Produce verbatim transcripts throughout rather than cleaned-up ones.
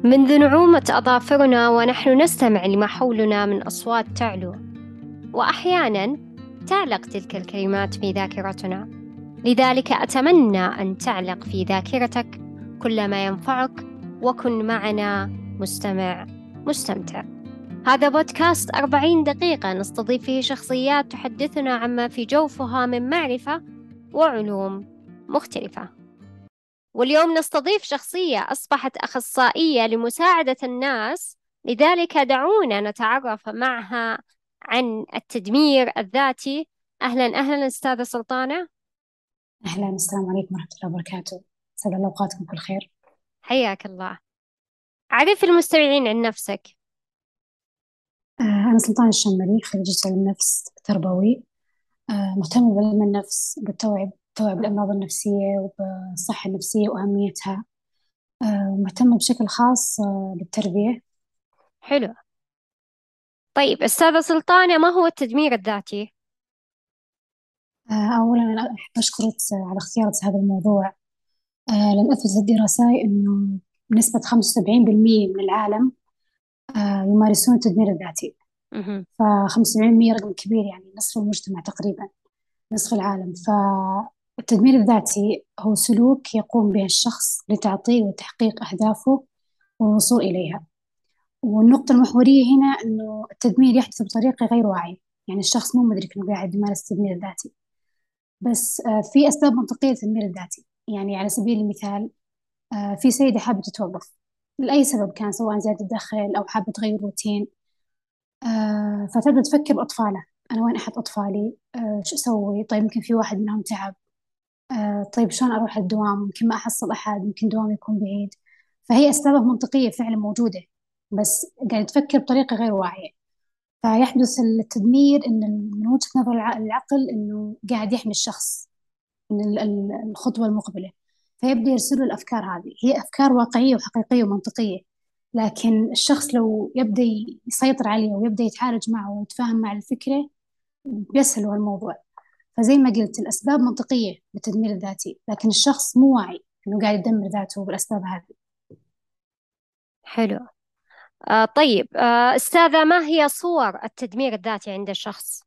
منذ نعومة أظافرنا ونحن نستمع لما حولنا من أصوات تعلو، وأحياناً تعلق تلك الكلمات في ذاكرتنا. لذلك أتمنى أن تعلق في ذاكرتك كل ما ينفعك، وكن معنا مستمع مستمتع. هذا بودكاست أربعين دقيقة نستضيف فيه شخصيات تحدثنا عما في جوفها من معرفة وعلوم مختلفة. واليوم نستضيف شخصية أصبحت أخصائية لمساعدة الناس، لذلك دعونا نتعرف معها عن التدمير الذاتي. أهلا أهلا أستاذة سلطانة. أهلا، السلام عليكم ورحمة الله وبركاته. سعد الله أوقاتكم كل خير. حياك الله. عرف المستمعين عن نفسك. آه أنا سلطان الشمري، خريجة علم نفس تربوي. آه مهتمة بعلم النفس، بالتوعية بالتوعية بالأمراض النفسية وبالصحة النفسية وأهميتها. آه مهتمة بشكل خاص آه بالتربية. حلو. طيب أستاذة سلطانة، ما هو التدمير الذاتي؟ آه أولا أنا أحب أشكرك على اختيارك هذا الموضوع. آه لأن أثبتت الدراسات إنه بنسبة خمسة وسبعين بالمئة من العالم آه يمارسون التدمير الذاتي. مهم. ف خمسة وسبعين بالمئة رقم كبير، يعني نصف المجتمع تقريبا، نصف العالم. فالتدمير الذاتي هو سلوك يقوم به الشخص لتعطيل وتحقيق أهدافه والوصول إليها. والنقطة المحورية هنا أنه التدمير يحدث بطريقة غير واعية، يعني الشخص مو مدرك أنه قاعد يمارس التدمير الذاتي. بس آه، في أسباب منطقية للتدمير الذاتي. يعني على سبيل المثال، آه، في سيدة حابة تتوظف لأي سبب كان، سواء زيادة دخل أو حابة تغير روتين. آه، فتبدأ تفكر بأطفالها: أنا وين أحط أطفالي؟ آه، شو أسوي؟ طيب يمكن في واحد منهم تعب. آه طيب شلون أروح الدوام؟ ممكن ما أحصل أحد، ممكن دوامي يكون بعيد. فهي أسباب منطقية فعلا موجودة، بس قاعد تفكر بطريقة غير واعية. فيحدث التدمير إن من وجهة نظر الع- العقل إنه قاعد يحمي الشخص من ال- ال- الخطوة المقبلة. فيبدأ يرسل له الأفكار هذه، هي أفكار واقعية وحقيقية ومنطقية. لكن الشخص لو يبدأ يسيطر عليها ويبدأ يتعالج معه ويتفاهم مع الفكرة، بيسهل له الموضوع. فزي ما قلت، الأسباب منطقية للتدمير الذاتي، لكن الشخص مو واعي إنه قاعد يدمر ذاته بالأسباب هذه. حلو. آه طيب، آه أستاذة، ما هي صور التدمير الذاتي عند الشخص؟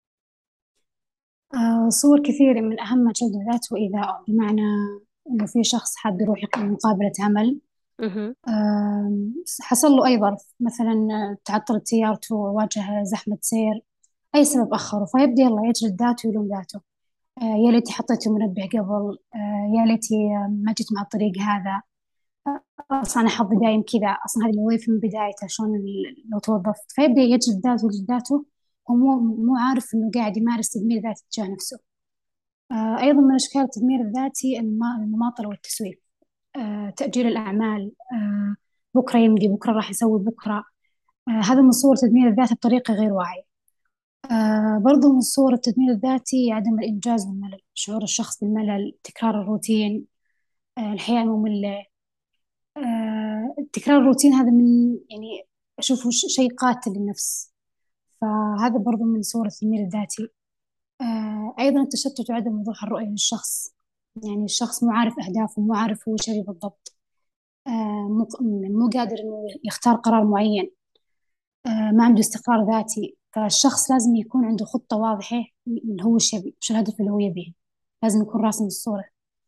آه صور كثيرة، من أهمها جلد الذات وإيذائه. بمعنى إنه في شخص حاب يروح يقدم مقابلة عمل، مهم. آه حصل له أي ظرف، مثلا آه، تعطلت سيارته، واجه زحمة سير، أي سبب أخره، فيبدأ يلا يجلد ذاته ويلوم ذاته. آه يا ليتي حطيت منبه قبل، آه يا ليتي آه، ما جيت مع الطريق هذا. اصلا انا حظي دايم كذا، اصلا هذه الوظيفه من بدايتها شلون ال- لو توظفت. فيبدا يجلد ذاته يجلد ذاته، هو مو مو عارف انه قاعد يمارس تدمير ذاتي تجاه نفسه. آه ايضا من اشكال التدمير الذاتي الم- المماطله والتسويف، آه تاجيل الاعمال، آه بكره يمدي، بكره راح يسوي بكره. آه هذا من صور تدمير الذات بطريقه غير واعيه. آه برضو من صور التدمير الذاتي عدم الانجاز والملل، شعور الشخص بالملل، تكرار الروتين، آه الحياه الممله. آه، تكرار الروتين هذا من يعني أشوفه ش- شيء قاتل للنفس. فهذا برضو من صور التنمية الذاتي. آه، أيضا التشتت وعدم وضوح الرؤية للشخص، يعني الشخص مو عارف أهدافه، مو عارف هو شري بالضبط. آه، مو مو قادر إنه يختار قرار معين. آه، ما عنده استقرار ذاتي. فالشخص لازم يكون عنده خطة واضحة اللي هو وش يبي، وش الهدف اللي هو يبيه. لازم يكون راسم الصورة.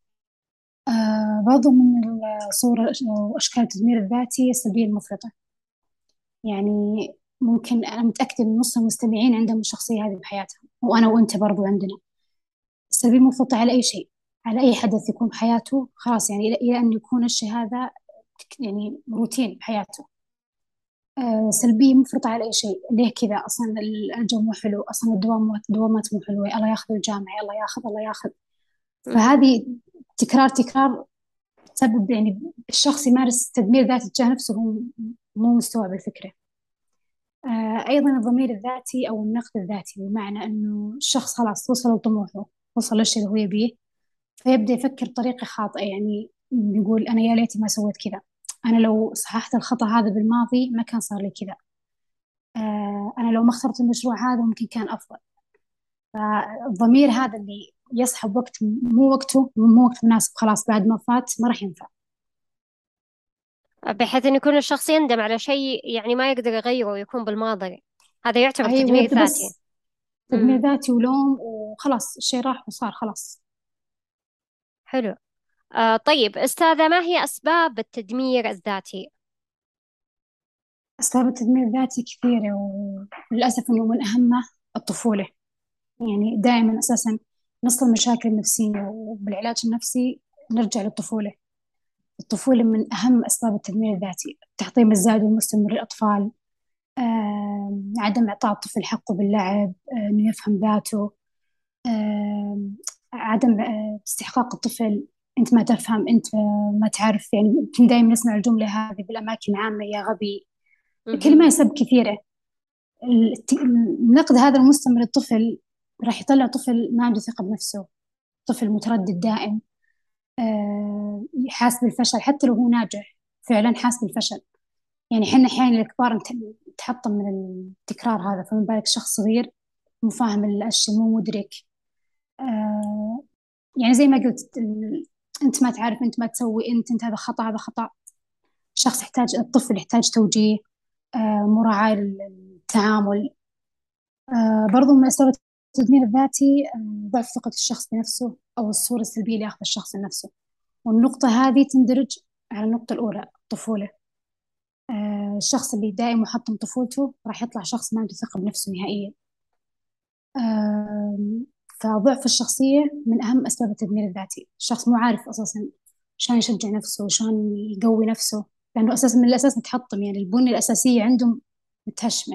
آه، برضو من الصور وأشكال التدمير الذاتي السلبية المفرطة. يعني ممكن أنا متأكدة إن نص المستمعين عندهم الشخصية هذه بحياتهم، وأنا وأنت برضو عندنا. السلبية مفرطة على أي شيء، على أي حدث يكون بحياته، خلاص يعني إلى إلى أن يكون الشيء هذا يعني روتين بحياته. آه سلبية مفرطة على أي شيء. ليه كذا؟ أصلا ال- الجو مو حلو، أصلا الدوام الدوامات مو حلوة، الله ياخذ الجامعة، الله ياخذ الله ياخذ. مهم. فهذه تكرار تكرار تسبب يعني الشخص يمارس تدمير ذاتي تجاه نفسه، هو مو مستوعب الفكرة. آه، أيضا الضمير الذاتي أو النقد الذاتي، بمعنى أنه الشخص خلاص وصل لطموحه، وصل للشيء اللي هو يبيه، فيبدأ يفكر بطريقة خاطئة. يعني يقول أنا يا ليتي ما سويت كذا، أنا لو صححت الخطأ هذا بالماضي ما كان صار لي كذا. آه، أنا لو ما اخترت المشروع هذا ممكن كان أفضل. فالضمير هذا اللي يصحب وقت مو وقته، مو وقت مناسب، خلاص بعد ما فات ما راح ينفع. بحيث إنه يكون الشخص يندم على شيء يعني ما يقدر يغيره ويكون بالماضي. هذا يعتبر أيوة، تدمير يبدأ ذاتي. بس تدمير امم. ذاتي ولوم، وخلاص الشيء راح وصار خلاص. حلو. آه طيب أستاذة، ما هي أسباب التدمير الذاتي؟ أسباب التدمير الذاتي كثيرة، وللأسف إنه من أهمها الطفولة. يعني دائما أساسا نصل المشاكل النفسية وبالعلاج النفسي نرجع للطفولة. الطفولة من أهم أسباب التدمير الذاتي، التحطيم الزائد والمستمر للأطفال، آم، عدم إعطاء الطفل حقه باللعب، آه، إنه يفهم ذاته، آم، عدم آه، استحقاق الطفل. أنت ما تفهم، أنت آه، ما تعرف. يعني كنا دائما نسمع الجملة هذه بالأماكن العامة: يا غبي. مهم. كلمة سب كثيرة. الت- النقد هذا المستمر للطفل راح يطلع طفل ما عنده ثقة بنفسه، طفل متردد دائم، آه، حاس بالفشل حتى لو هو ناجح، فعلا حاس بالفشل. يعني حنا أحيانا الكبار نت- نتحطم من التكرار هذا، فما بالك شخص صغير مو فاهم الأشياء، مو مدرك. آه يعني زي ما قلت، ال- أنت ما تعرف، أنت ما تسوي، أنت أنت هذا خطأ، هذا خطأ. شخص يحتاج، الطفل يحتاج توجيه، آه مراعاة للتعامل. آه برضو من أسباب التدمير الذاتي آه ضعف ثقة الشخص بنفسه، أو الصورة السلبية اللي ياخذ الشخص لنفسه. والنقطة هذه تندرج على النقطة الأولى، الطفولة. آه الشخص اللي دائما محطم طفولته راح يطلع شخص ما عنده ثقة بنفسه نهائيا. آم، فضعف الشخصية من أهم أسباب التدمير الذاتي. الشخص مو عارف أساسا شلون يشجع نفسه وشلون يقوي نفسه، لأنه أساسا من الأساس متحطم، يعني البنية الأساسية عندهم متهشمة.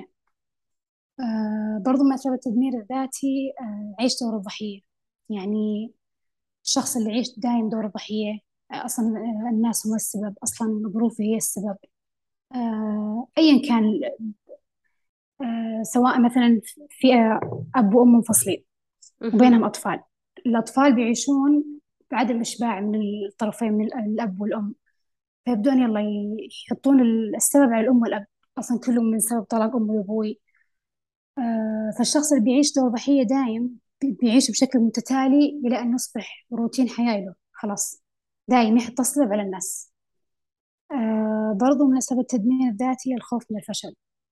آه برضو من أسباب التدمير الذاتي آه عيش دور الضحية. يعني الشخص اللي يعيش دايم دور الضحية، آه أصلا آه الناس هم السبب، أصلا ظروفه هي السبب. آه أيا كان، آه سواء مثلا في آه أب وأم منفصلين مهم. وبينهم أطفال، الأطفال بيعيشون بعدم إشباع من الطرفين، من الأب والأم. فيبدون يلا يحطون السبب على الأم والأب، أصلا كلهم من سبب طلاق أمي وأبوي. آه، فالشخص اللي بيعيش دور ضحية دايم بي- بيعيش بشكل متتالي إلى أن يصبح روتين حياة له خلاص، دايم يحط السبب على الناس. آه، برضو من أسباب التدمير الذاتي الخوف من الفشل.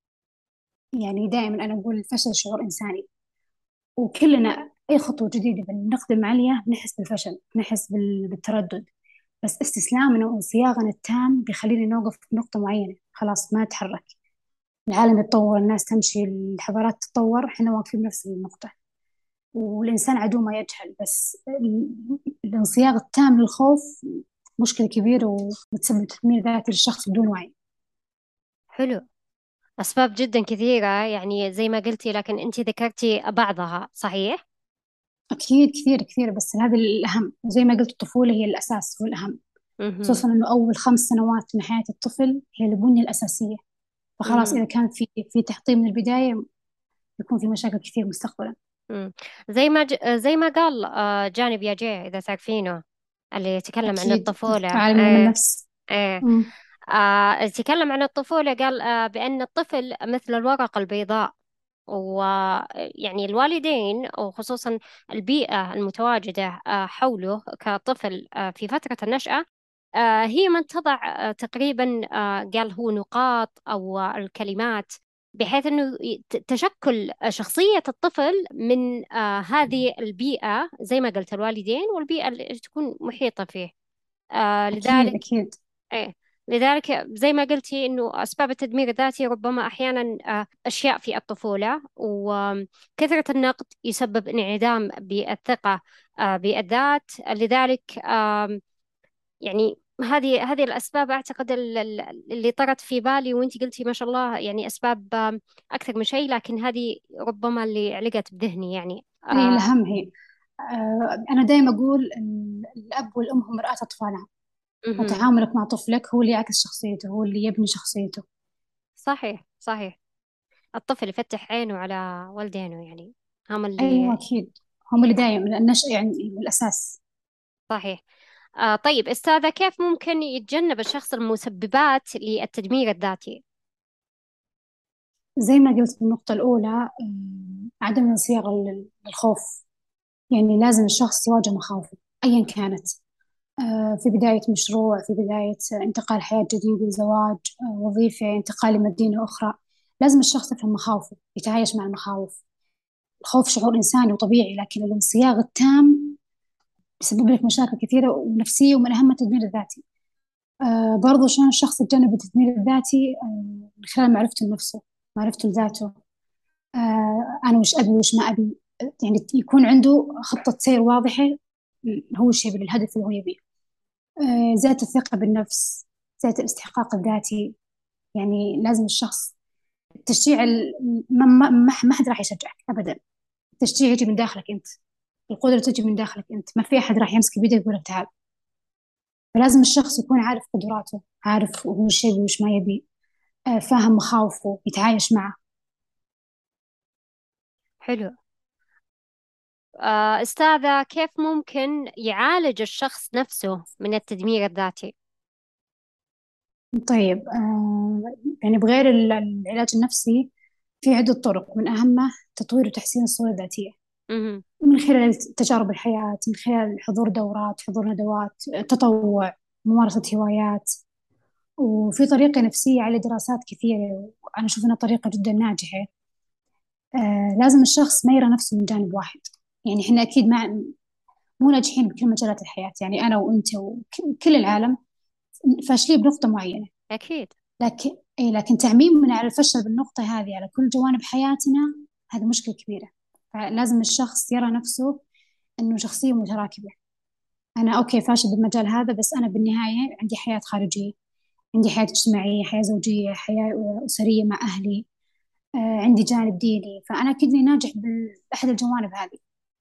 يعني دائما أنا أقول الفشل شعور إنساني، وكلنا أي خطوة جديدة بنقدم عليها بنحس بالفشل، بنحس بال- بالتردد. بس استسلامنا وانصياغنا التام بيخلينا نوقف في نقطة معينة، خلاص ما نتحرك. العالم يتطور، الناس تمشي، الحضارات تتطور، احنا واقفين بنفس النقطة. والإنسان عدو ما يجهل، بس ال- الانصياغ التام للخوف مشكلة كبيرة، وبتسبب تدمير ذاتي للشخص بدون وعي. حلو. أسباب جدا كثيرة يعني زي ما قلتي، لكن أنت ذكرتي بعضها صحيح؟ أكيد كثير كثير، بس هذا الأهم. زي ما قلت الطفولة هي الأساس والأهم، مهم. خصوصا إنه أول خمس سنوات من حياة الطفل هي البنية الأساسية. فخلاص مهم. إذا كان في في تحطيم من البداية يكون في مشاكل كثير مستقبلا. مم. زي ما ج... زي ما قال آه، جاني بياجي، إذا تعرفينه، اللي يتكلم عن أكيد، الطفولة. عالم علم إيه. النفس. إيه. مم. آه، يتكلم عن الطفولة، قال آه، بأن الطفل مثل الورقة البيضاء، ويعني الوالدين وخصوصا البيئة المتواجدة آه، حوله كطفل آه، في فترة النشأة آه، هي من تضع آه، تقريبا آه، قال هو نقاط أو الكلمات، بحيث أنه ي- ت- تشكل شخصية الطفل من آه، هذه البيئة، زي ما قلت الوالدين والبيئة اللي تكون محيطة فيه. آه، أكيد لذلك أكيد. ايه لذلك زي ما قلتي انه اسباب التدمير الذاتي ربما احيانا آه، اشياء في الطفوله، وكثره النقد يسبب انعدام بالثقه آه، بالذات. لذلك آم، يعني هذه هذه الاسباب اعتقد ال- ال- اللي طرت في بالي، وانت قلتي ما شاء الله يعني اسباب آم، اكثر من شيء، لكن هذه ربما اللي علقت بذهني يعني. هي آه، الأهم هي. آه، أنا دائما أقول إن الأب والأم هم مرآة أطفالهم، مهم. وتعاملك مع طفلك هو اللي يعكس شخصيته، هو اللي يبني شخصيته. صحيح صحيح. الطفل يفتح عينه على والدينه يعني، هم أيوة اللي. أكيد، هم اللي دائما النشأ يعني الأساس. صحيح. آه طيب أستاذة، كيف ممكن يتجنب الشخص المسببات للتدمير الذاتي؟ زي ما قلت بالنقطة الأولى، آم، عدم انصياغ لل- للخوف. يعني لازم الشخص يواجه مخاوفه أيا كانت. آه، في بداية مشروع، في بداية انتقال حياة جديدة، زواج، آه، وظيفة، انتقال لمدينة أخرى. لازم الشخص يفهم مخاوفه، يتعايش مع المخاوف. الخوف شعور إنساني وطبيعي، لكن الانصياغ التام بيسبب لك مشاكل كثيرة ونفسية، ومن أهمها التدمير الذاتي. آه برضو شلون الشخص يتجنب التدمير الذاتي؟ آه من خلال معرفته لنفسه، معرفته لذاته. آه أنا وش أبي وش ما أبي، يعني يكون عنده خطة سير واضحة. هو الشيء الهدف اللي هو يبيه. آه زيادة الثقة بالنفس، زيادة الاستحقاق الذاتي. يعني لازم الشخص، التشجيع ال- ما ما ما ما حد راح يشجعك أبدا. التشجيع يجي من داخلك أنت، القدرة تجي من داخلك أنت، ما في أحد راح يمسك بيدك ويقول لك تعال. فلازم الشخص يكون عارف قدراته، عارف هو ايش يبي وش ما يبي، آه، فاهم مخاوفه، يتعايش معه. حلو. آه، أستاذة، كيف ممكن يعالج الشخص نفسه من التدمير الذاتي؟ طيب، آه، يعني بغير ال- العلاج النفسي، في عدة طرق، من أهمها تطوير وتحسين الصورة الذاتية مهم. من خلال تجارب الحياة، من خلال حضور دورات، حضور ندوات، تطوع، ممارسة هوايات. وفي طريقة نفسية على دراسات كثيرة، وأنا أشوف إنها طريقة جدا ناجحة. آه، لازم الشخص ما يرى نفسه من جانب واحد. يعني إحنا أكيد ما مو ناجحين بكل مجالات الحياة، يعني أنا وأنت وكل العالم فاشلين بنقطة معينة. أكيد. لكن إيه لكن تعميمنا على الفشل بالنقطة هذه على كل جوانب حياتنا، هذه مشكلة كبيرة. فلازم الشخص يرى نفسه إنه شخصية متراكبة. أنا أوكي فاشل بالمجال هذا، بس أنا بالنهاية عندي حياة خارجية، عندي حياة اجتماعية، حياة زوجية، حياة أسرية مع أهلي، آه، عندي جانب ديني، فأنا أكيد إني ناجح بأحد الجوانب هذه.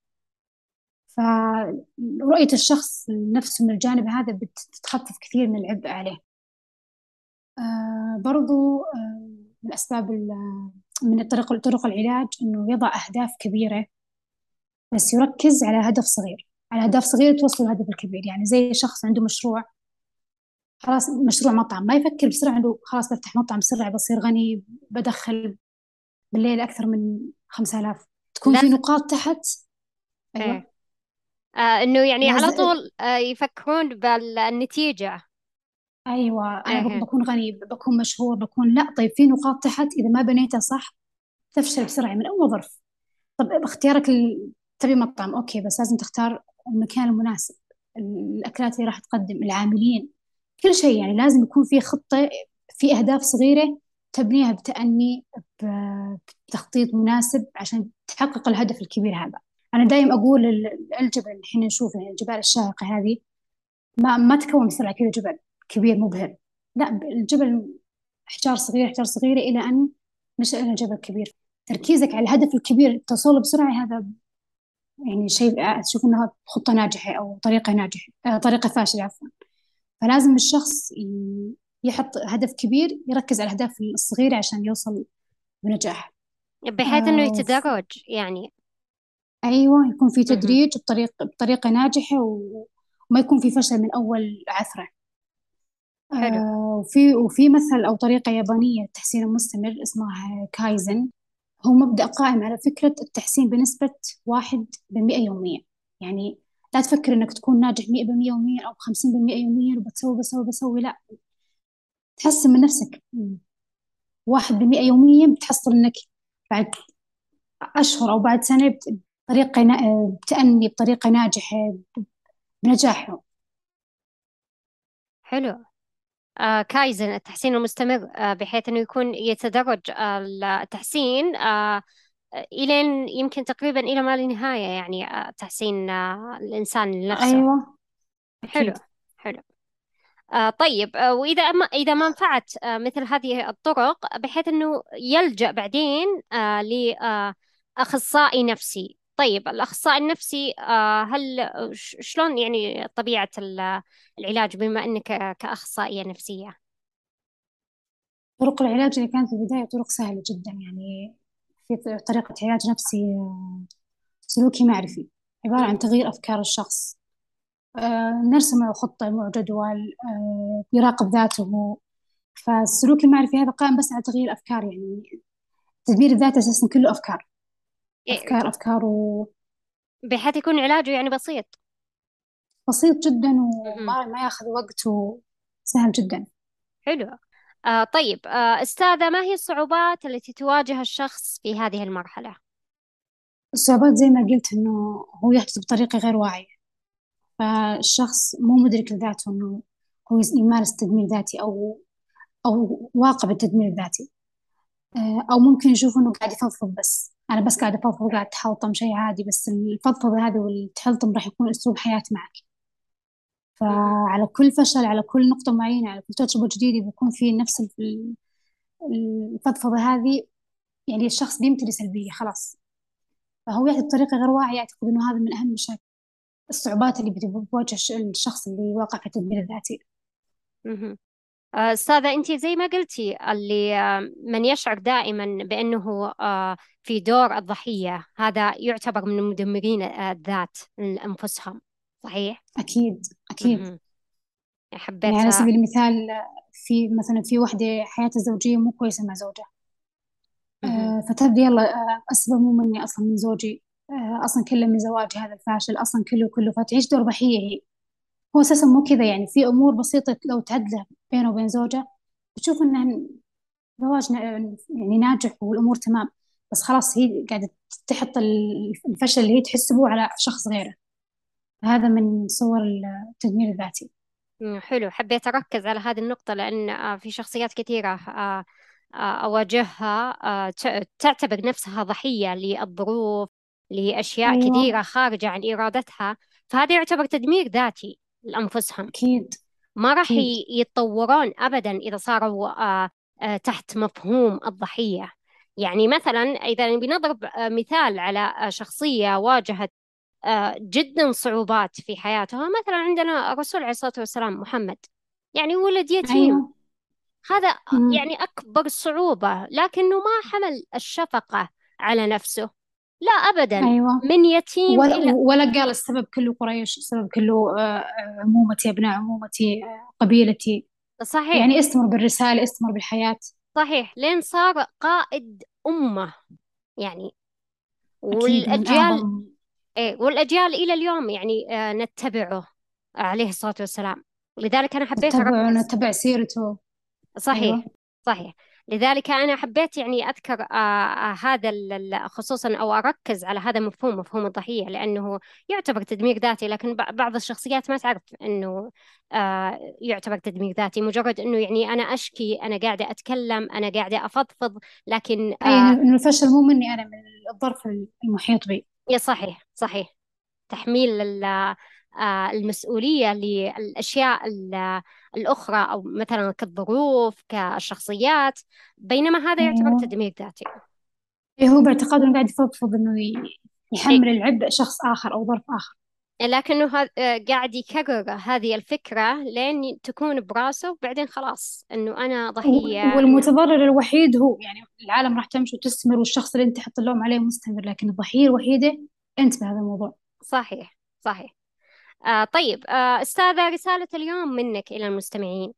فرؤية الشخص نفسه من الجانب هذا بتخفف كثير من العبء عليه. آه برضو آه من أسباب ال- من الطرق طرق العلاج إنه يضع أهداف كبيرة، بس يركز على هدف صغير، على أهداف صغيرة توصل للهدف الكبير. يعني زي شخص عنده مشروع، خلاص مشروع مطعم، ما يفكر بسرعة عنده خلاص بفتح مطعم بسرعة بصير غني، بدخل بالليل أكثر من خمسة آلاف. تكون في لازم. نقاط تحت. إيه. أيوة. آه، إنه يعني على لازم. طول آه يفكرون بالنتيجة. أيوة، أنا بك- إيه. بكون غني، بكون مشهور، بكون، لا طيب في نقاط تحت إذا ما بنيتها صح تفشل بسرعة من أول ظرف. طب اختيارك ال... تبي مطعم، أوكي، بس لازم تختار المكان المناسب، الأكلات اللي راح تقدم، العاملين، كل شيء. يعني لازم يكون في خطة، في أهداف صغيرة تبنيها بتأني، ب- بتخطيط مناسب عشان تحقق الهدف الكبير هذا. أنا دايم أقول ال- الجبل اللي احنا نشوفه، يعني الجبال الشاهقة هذه، ما ما تكون بسرعة كذا جبل كبير مبهر. لا، الجبل أحجار صغيرة، أحجار صغيرة، إلى أن نشأ لنا جبل كبير. تركيزك على الهدف الكبير توصله بسرعة، هذا يعني شيء أشوف إنها خطة ناجحة أو طريقة ناجحة، آه، طريقة فاشلة عفوا. فلازم الشخص ي- يحط هدف كبير، يركز على الأهداف الصغيرة عشان يوصل بنجاح. بحيث إنه آه وف- يتدرج يعني. أيوة، يكون في مهم. تدريج بطريقة بطريقة ناجحة، و- وما يكون في فشل من أول عثرة. حلو. آه وفي وفي مثل أو طريقة يابانية للتحسين المستمر اسمها كايزن. هو مبدأ قائم على فكرة التحسين بنسبة واحد بالمئة يوميا. يعني لا تفكر إنك تكون ناجح مئة بالمئة يوميا أو خمسين بالمئة يوميا وبتسوي بسوي بسوي، لا، تحسن من نفسك. واحد بالمئة يوميا بتحصل إنك بعد أشهر أو بعد سنة بت- بطريقة نا- بتأني بطريقة ناجحة، بنجاح. حلو. آه كايزن، التحسين المستمر، آه بحيث إنه يكون يتدرج آه التحسين آه إلين يمكن تقريبا إلى ما لا نهاية، يعني آه تحسين آه الإنسان لنفسه. أيوة، حلو. أكيد. حلو. آه طيب، آه وإذا ما إذا ما نفعت آه مثل هذه الطرق، بحيث إنه يلجأ بعدين آه لأخصائي نفسي. طيب، الأخصائي النفسي، آه هل ش- شلون يعني طبيعة ال- العلاج، بما أنك كأخصائية نفسية؟ طرق العلاج اللي كانت في البداية طرق سهلة جدا. يعني في طريقة علاج نفسي سلوكي معرفي، عبارة عن مم. تغيير أفكار الشخص. آه، نرسم له خطة، له جدول، آه، يراقب ذاته. فالسلوك المعرفي هذا قائم بس على تغيير الأفكار. يعني تدبير الذات أساسا كله أفكار، إيه، أفكار أفكار و... بحيث يكون علاجه يعني بسيط. بسيط جدا مهم. وما ما ياخذ وقت وسهل جدا. حلو. آه طيب، آه أستاذة، ما هي الصعوبات التي تواجه الشخص في هذه المرحلة؟ الصعوبات زي ما قلت إنه هو يحدث بطريقة غير واعية، فالشخص مو مدرك لذاته إنه هو يمارس تدمير ذاتي أو أو واقع بالتدمير الذاتي. آه، أو ممكن يشوف إنه قاعد يفضفض، بس أنا بس قاعد أفضفض قاعد أتحلطم شيء عادي، بس الفضفضة هذه والتحلطم راح يكون أسلوب حياة معك. مهم. فعلى كل فشل، على كل نقطة معينة، على كل تجربة جديدة بيكون في نفس ال- الفضفضة هذه، يعني الشخص بيمتلي سلبية خلاص. فهو يعطي بطريقة غير واعية. أعتقد إنه هذا من أهم مشاكل الصعوبات اللي بتواجه الش- الشخص اللي واقع في التدمير الذاتي. مهم. آه، أستاذة، أنت زي ما قلتي اللي آه، من يشعر دائما بأنه آه، في دور الضحية، هذا يعتبر من مدمرين آه، الذات لأنفسهم، صحيح؟ أكيد أكيد. مهم. يعني حبيت. على سبيل المثال، في مثلا في وحدة حياتها الزوجية مو كويسة مع زوجها، مهم. آه، فتبدي يلا، آه، السبب مو مني أصلا، من زوجي، آه، أصلا كله من زواجي هذا الفاشل، أصلا كله كله فتعيش دور ضحية هي. هو أساسا مو كذا، يعني في أمور بسيطة لو تعدله بينه وبين زوجه بتشوف إنه زواج نا- يعني ناجح والأمور تمام. بس خلاص هي قاعدة تحط ال- الفشل اللي هي تحسبه على شخص غيره. هذا من صور التدمير الذاتي. مم، حلو. حبيت أركز على هذه النقطة لأن آه، في شخصيات كثيرة آه، آه، أواجهها آه، ت- تعتبر نفسها ضحية للظروف، لأشياء كثيرة أيوة. خارجة عن إرادتها. فهذا يعتبر تدمير ذاتي لأنفسهم. أكيد ما راح أكيد. ي- يتطورون أبدا إذا صاروا آه، آه، تحت مفهوم الضحية. يعني مثلا إذا بنضرب آه، مثال على آه، شخصية واجهت آه، جدا صعوبات في حياتها، مثلا عندنا الرسول عليه الصلاة والسلام محمد، يعني ولد يتيم. أيوة. هذا أمم. يعني أكبر صعوبة، لكنه ما حمل الشفقة على نفسه، لا أبدا. أيوة. من يتيم ولا إلى... ولا قال السبب كله قريش، السبب كله آه، آه، عمومتي، أبناء عمومتي، آه، قبيلتي. صحيح. يعني استمر بالرسالة، استمر بالحياة. صحيح، لين صار قائد أمة يعني. أكيد من والأجيال أعظم. إيه والأجيال إلى اليوم يعني آه، نتبعه عليه الصلاة والسلام. لذلك أنا حبيت نتبع أركز. نتبع سيرته. صحيح. أيوة. صحيح. لذلك أنا حبيت يعني أذكر آه آه هذا ال- ال- خصوصا، أو أركز على هذا المفهوم، مفهوم الضحية، لأنه يعتبر تدمير ذاتي. لكن ب- بعض الشخصيات ما تعرف أنه آه يعتبر تدمير ذاتي. مجرد أنه يعني أنا أشكي، أنا قاعدة أتكلم، أنا قاعدة أفضفض، لكن أي آه إنه الفشل مو مني أنا، من الظرف المحيط بي. يا صحيح. صحيح. تحميل ال- آه، المسؤولية للأشياء ال- الأخرى، أو مثلا كالظروف، كالشخصيات، بينما هذا يعتبر أيوة. تدمير ذاتي. إيه، هو باعتقاده إنه قاعد يفضفض، إنه ي- إيه، يحمل العبء شخص آخر أو ظرف آخر. لكنه ه- آه، قاعد يكرر هذه الفكرة لين تكون براسه، وبعدين خلاص إنه أنا و- ضحية أنا. والمتضرر الوحيد هو، يعني العالم راح تمشي وتستمر والشخص اللي أنت تحط اللوم عليه مستمر، لكن الضحية الوحيدة أنت بهذا الموضوع. صحيح. صحيح. آه طيب، آه أستاذة، رسالة اليوم منك إلى المستمعين.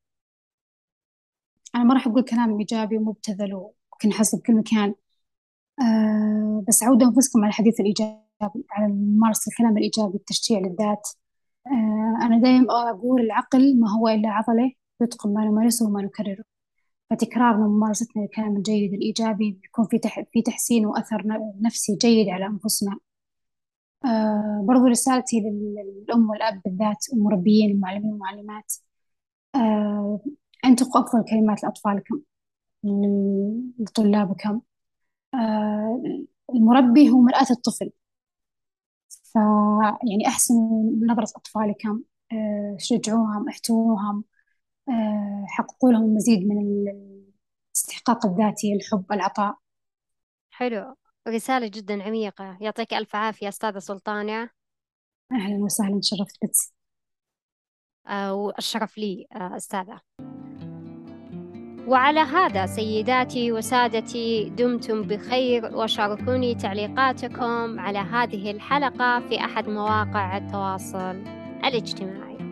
أنا ما راح أقول كلام إيجابي ومبتذل وممكن حسب كل مكان، آه بس عودوا أنفسكم على الحديث الإيجابي، على ممارسة الكلام الإيجابي، التشجيع للذات. آه أنا دائما أقول العقل ما هو إلا عضلة، يتقن ما نمارسه وما نكرره. فتكرارنا وممارستنا للكلام الجيد الإيجابي بيكون في تح في تحسين وأثر ن- نفسي جيد على أنفسنا. آه برضو رسالتي لل- للأم والأب بالذات، المربيين، المعلمين والمعلمات، آه أنتقوا أفضل كلمات لأطفالكم، ل- لطلابكم. آه المربي هو مرآة الطفل. فيعني أحسنوا نظرة أطفالكم، آه شجعوهم، احتووهم، آه حققوا لهم المزيد من ال- الاستحقاق الذاتي، الحب، العطاء. حلو. رسالة جدا عميقة. يعطيك ألف عافية أستاذة سلطانة. أهلا وسهلا، تشرفت بس. آه والشرف لي آه أستاذة. وعلى هذا سيداتي وسادتي، دمتم بخير، وشاركوني تعليقاتكم على هذه الحلقة في أحد مواقع التواصل الاجتماعي.